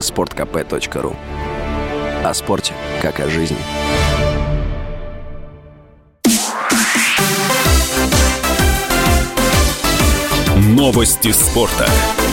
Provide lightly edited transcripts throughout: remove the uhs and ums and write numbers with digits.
sportkp.ru. О спорте, как о жизни. Новости спорта.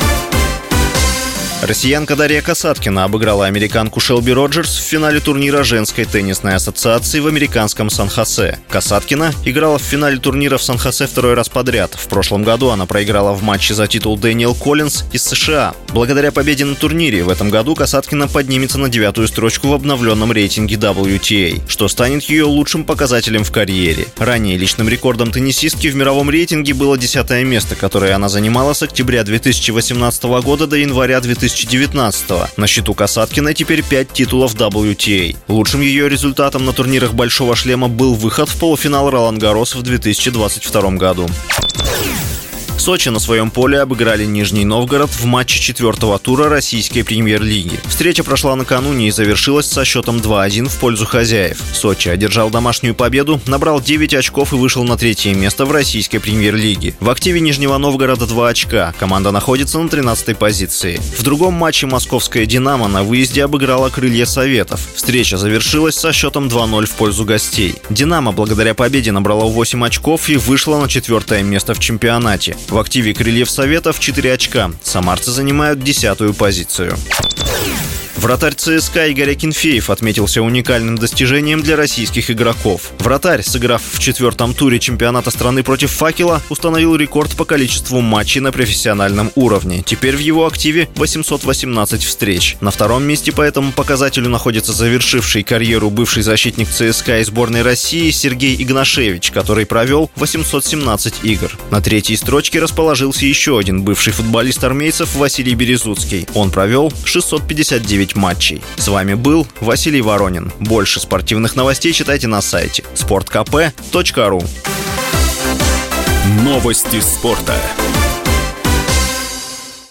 Россиянка Дарья Касаткина обыграла американку Шелби Роджерс в финале турнира женской теннисной ассоциации в американском Сан-Хосе. Касаткина играла в финале турнира в Сан-Хосе второй раз подряд. В прошлом году она проиграла в матче за титул Дэниэл Коллинз из США. Благодаря победе на турнире в этом году Касаткина поднимется на 9-ю строчку в обновленном рейтинге WTA, что станет ее лучшим показателем в карьере. Ранее личным рекордом теннисистки в мировом рейтинге было 10-е место, которое она занимала с октября 2018 года до января 2019. На счету Касаткиной теперь 5 титулов WTA. Лучшим ее результатом на турнирах «Большого шлема» был выход в полуфинал Ролан-Гаррос в 2022 году. Сочи на своем поле обыграли Нижний Новгород в матче 4-го тура российской премьер-лиги. Встреча прошла накануне и завершилась со счетом 2-1 в пользу хозяев. Сочи одержал домашнюю победу, набрал 9 очков и вышел на 3-е место в российской премьер-лиге. В активе Нижнего Новгорода 2 очка. Команда находится на 13-й позиции. В другом матче московская «Динамо» на выезде обыграла «Крылья Советов». Встреча завершилась со счетом 2-0 в пользу гостей. «Динамо» благодаря победе набрала 8 очков и вышла на 4-е место в чемпионате. В активе «Крыльев Советов» 4 очка. Самарцы занимают 10-ю позицию. Вратарь ЦСКА Игорь Акинфеев отметился уникальным достижением для российских игроков. Вратарь, сыграв в 4-м туре чемпионата страны против «Факела», установил рекорд по количеству матчей на профессиональном уровне. Теперь в его активе 818 встреч. На втором месте по этому показателю находится завершивший карьеру бывший защитник ЦСКА и сборной России Сергей Игнашевич, который провел 817 игр. На 3-й строчке расположился еще один бывший футболист армейцев Василий Березуцкий. Он провел 659 матчей. С вами был Василий Воронин. Больше спортивных новостей читайте на сайте sportkp.ru. Новости спорта.